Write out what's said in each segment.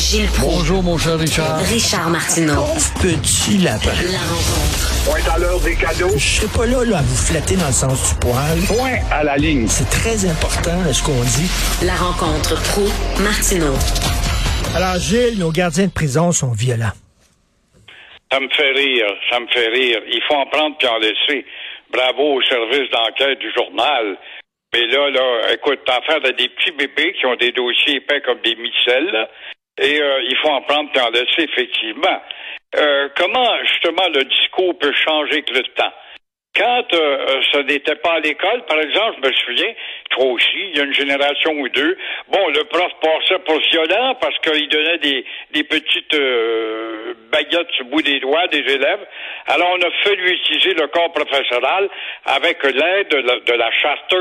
Gilles Proulx. Bonjour, mon cher Richard. Richard Martineau. Petit lapin. La rencontre. Point à l'heure des cadeaux. Je serai pas là à vous flatter dans le sens du poil. Point à la ligne. C'est très important, ce qu'on dit. La rencontre Proulx-Martineau. Alors, Gilles, nos gardiens de prison sont violents. Ça me fait rire. Il faut en prendre puis en laisser. Bravo au service d'enquête du journal. Mais là, écoute, t'as affaire à des petits bébés qui ont des dossiers épais comme des micelles, là, et il faut en prendre puis en laisser, effectivement. Comment, justement, le discours peut changer avec le temps? Quand ça n'était pas à l'école, par exemple, je me souviens, toi aussi, il y a une génération ou deux, bon, le prof passait pour violent parce qu'il donnait des petites baguettes sur le bout des doigts des élèves. Alors, on a fait lui utiliser le corps professoral avec l'aide de la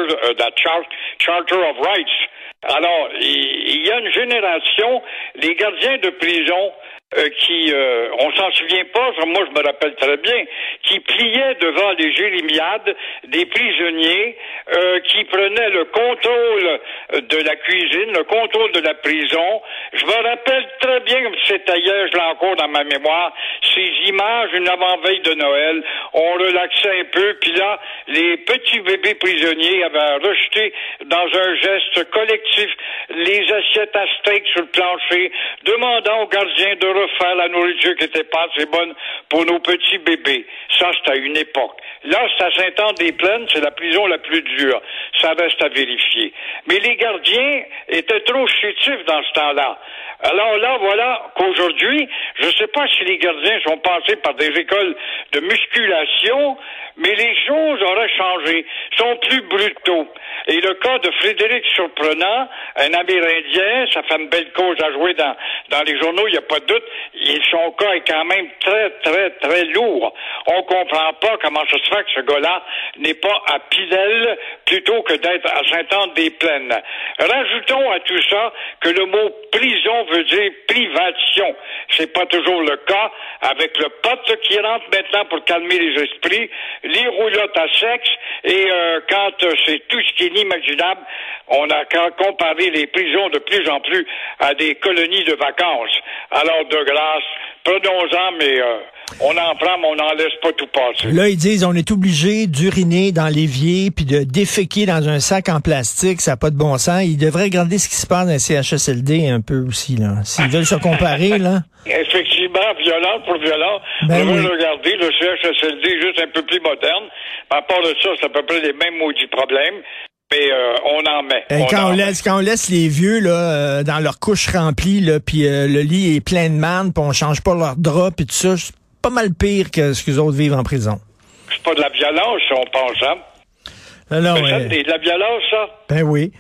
Charter of Rights. Alors, il y a une génération, les gardiens de prison, qui, on s'en souvient pas, moi je me rappelle très bien, qui pliaient devant les jérémiades des prisonniers qui prenaient le contrôle de la cuisine, le contrôle de la prison. Je me rappelle très bien, comme c'était hier, je l'ai encore dans ma mémoire, ces images, une avant-veille de Noël, on relaxait un peu, puis là, les petits bébés prisonniers avaient rejeté dans un geste collectif les assiettes à steak sur le plancher, demandant aux gardiens de refaire la nourriture qui était pas assez bonne pour nos petits bébés. Ça, c'est à une époque. Là, c'est à Sainte-Anne-des-Plaines, c'est la prison la plus dure. Ça reste à vérifier. Mais les gardiens étaient trop chétifs dans ce temps-là. Alors là, voilà qu'aujourd'hui, je ne sais pas si les gardiens sont passés par des écoles de musculation, mais les choses auraient changé, sont plus brutaux. Et le cas de Frédéric Surprenant, un Amérindien, ça fait une belle cause à jouer dans les journaux, il n'y a pas de doute, son cas est quand même très, très, très lourd. On comprend pas comment ça se fait que ce gars-là n'est pas à Pinel plutôt que d'être à Sainte-Anne-des-Plaines. Rajoutons à tout ça que le mot prison veut dire privation. C'est pas toujours le cas avec le pote qui rentre maintenant pour calmer les esprits, les roulottes à sexe et quand c'est tout ce qui est inimaginable, on a comparé les prisons de plus en plus à des colonies de vacances. Alors de grâce, prenons-en, mais on en prend, mais on n'en laisse pas tout passer. Là, ils disent on est obligé d'uriner dans l'évier puis de déféquer dans un sac en plastique, ça n'a pas de bon sens. Ils devraient regarder ce qui se passe dans les CHSLD un peu aussi, là. S'ils veulent se comparer, là. Effectivement, violent pour violent. Ben on oui. va regarder le CHSLD juste un peu plus moderne. À part de ça, c'est à peu près les mêmes maudits problèmes. Mais on en met. Quand on laisse les vieux là dans leur couche remplie là, puis le lit est plein de marde, puis on change pas leurs draps, puis tout ça, c'est pas mal pire que ce qu'ils autres vivent en prison. C'est pas de la violence, on pense, hein? Non, c'est de la violence, ça? Ben oui.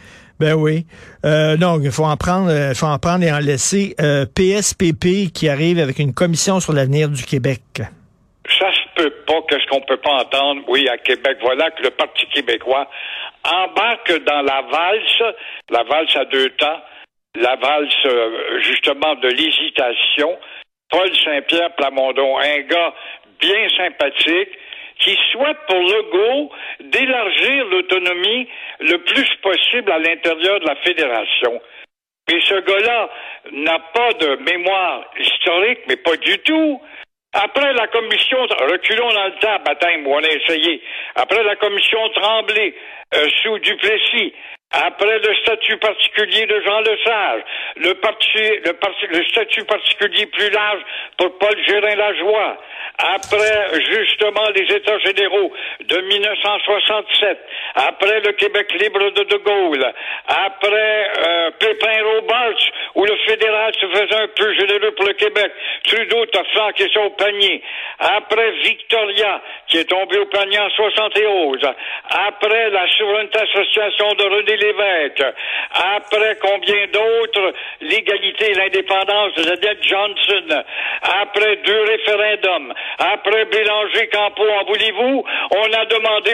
Non, il faut en prendre et en laisser. PSPP qui arrive avec une commission sur l'avenir du Québec. Ça se peut pas, qu'est-ce qu'on peut pas entendre, oui, à Québec. Voilà que le Parti québécois embarque dans la valse à deux temps, la valse, justement, de l'hésitation. Paul Saint-Pierre Plamondon, un gars bien sympathique, qui souhaite pour Legault d'élargir l'autonomie le plus possible à l'intérieur de la fédération. Mais ce gars-là n'a pas de mémoire historique, mais pas du tout. Après la commission, reculons dans le temps, baptême, où on a essayé. Après la commission Tremblay, sous Duplessis, après le statut particulier de Jean Lesage, le statut particulier plus large pour Paul Gérin-Lajoie, après justement les États généraux de 1967, après le Québec libre de Gaulle, après Pépin-Robarts, où le fédéral se faisait un peu généreux pour le Québec, Trudeau t'a flanqué ça au panier, après Victoria, qui est tombé au panier en 71, après la souveraineté association de René Lévesque, après combien d'autres, l'égalité et l'indépendance de Daniel Johnson, après 2 référendums, après Bélanger-Campeau, en voulez-vous, on a demandé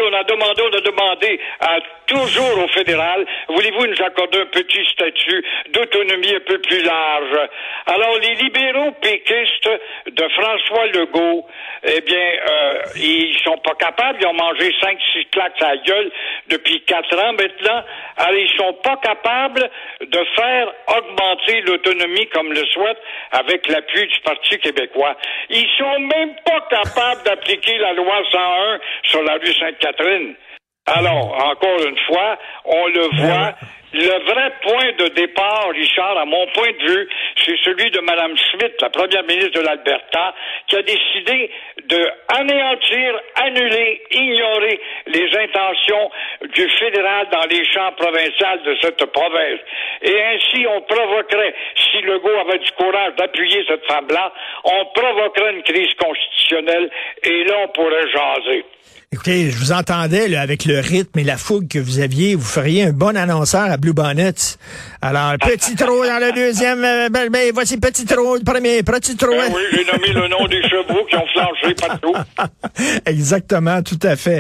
à toujours au fédéral, voulez-vous nous accorder un petit statut d'autonomie un peu plus large. Alors, les libéraux péquistes de François Legault, eh bien, ils sont pas capables, ils ont mangé 5-6 claques à la gueule depuis 4 ans maintenant. Alors, ils sont pas capables de faire augmenter l'autonomie comme le souhaite avec l'appui du Parti québécois. Ils sont même pas capables d'appliquer la loi 101 sur la rue Sainte-Catherine. Alors, encore une fois, on le voit. Le vrai point de départ, Richard, à mon point de vue, c'est celui de Mme Smith, la première ministre de l'Alberta, qui a décidé de anéantir, annuler, ignorer les intentions du fédéral dans les champs provinciaux de cette province. Et ainsi, on provoquerait, si Legault avait du courage d'appuyer cette femme-là, on provoquerait une crise constitutionnelle et là, on pourrait jaser. Écoutez, je vous entendais là, avec le rythme et la fougue que vous aviez. Vous feriez un bon annonceur à Blue Bonnets. Alors, petit trou dans le deuxième. Voici petit trou, le premier, petit trou. Oui, j'ai nommé le nom des chevaux qui ont flanché partout. Exactement, tout à fait.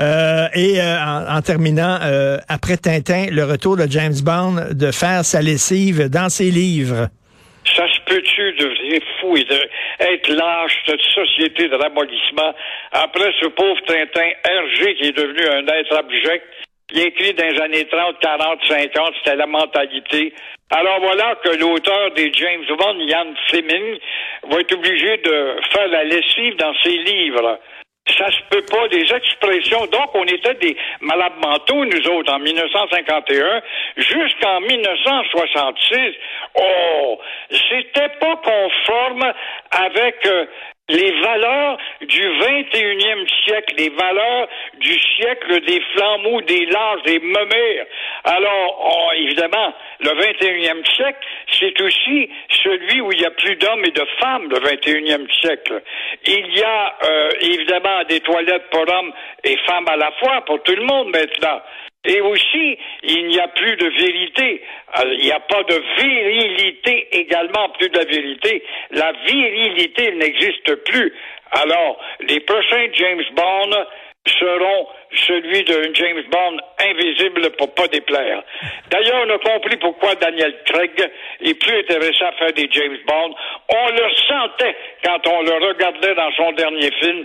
En terminant, après Tintin, le retour de James Bond de faire sa lessive dans ses livres. Ça se peut-tu devenir fou et être lâche, cette société de ramollissement, après ce pauvre Tintin Hergé qui est devenu un être abject, qui écrit dans les années 30, 40, 50, c'était la mentalité. Alors voilà que l'auteur des James Bond, Ian Fleming, va être obligé de faire la lessive dans ses livres. Ça se peut pas, des expressions. Donc, on était des malades mentaux, nous autres, en 1951, jusqu'en 1966. Oh, c'était pas conforme avec les valeurs du 21e siècle, les valeurs du siècle des flambeaux, des lâches, des meumères. Alors, évidemment, le 21e siècle, c'est aussi celui où il y a plus d'hommes et de femmes, le 21e siècle. Il y a, évidemment, des toilettes pour hommes et femmes à la fois, pour tout le monde maintenant. Et aussi, il n'y a plus de vérité. Il n'y a pas de virilité également, plus de la vérité. La virilité, elle n'existe plus. Alors, les prochains James Bond seront celui d'un James Bond invisible pour pas déplaire. D'ailleurs, on a compris pourquoi Daniel Craig est plus intéressé à faire des James Bond. On le sentait quand on le regardait dans son dernier film,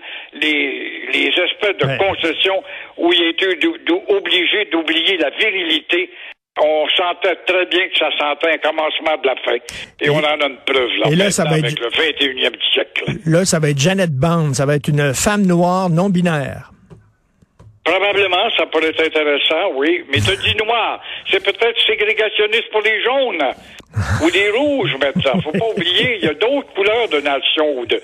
les espèces de concessions où il était obligé d'oublier la virilité. On sentait très bien que ça sentait un commencement de la fin. Et on en a une preuve là, et là ça va avec être, le 21e siècle. Là, ça va être Janet Bond. Ça va être une femme noire non binaire. Probablement, ça pourrait être intéressant, oui. Mais t'as dit noir. C'est peut-être ségrégationniste pour les jaunes. Ou des rouges, maintenant. Faut pas oublier, il y a d'autres couleurs de nation ou de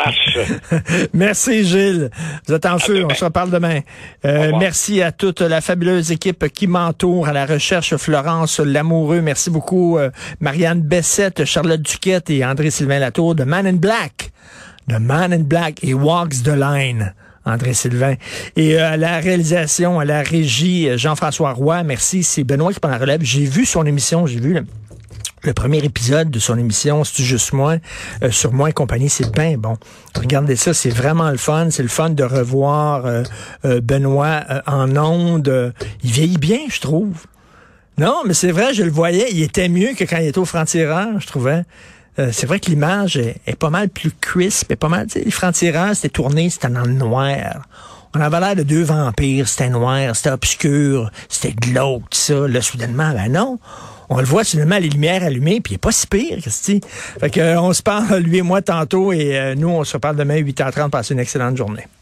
race. Merci, Gilles. Vous êtes en feu. On se reparle demain. Merci à toute la fabuleuse équipe qui m'entoure, à la recherche Florence Lamoureux. Merci beaucoup, Marianne Bessette, Charlotte Duquette et André-Sylvain Latour de Man in Black. De Man in Black et Walks the Line. André-Sylvain. Et à la réalisation, à la régie, Jean-François Roy, merci. C'est Benoît qui prend la relève. J'ai vu son émission, j'ai vu le premier épisode de son émission, C'est juste moi, sur Moi et compagnie, c'est bien bon. Regardez ça, c'est vraiment le fun. C'est le fun de revoir Benoît en ondes. Il vieillit bien, je trouve. Non, mais c'est vrai, je le voyais, il était mieux que quand il était au Franc-Tireur, je trouvais. C'est vrai que l'image est pas mal plus crisp, est pas mal, tu sais, les Francs-Tireurs, c'était tourné, c'était dans le noir. On avait l'air de deux vampires, c'était noir, c'était obscur, c'était glauque, ça. Là, soudainement, ben non. On le voit soudainement, les lumières allumées, puis il est pas si pire, Christy. Fait que on se parle, lui et moi, tantôt, et nous, on se reparle demain, 8h30. Passez une excellente journée.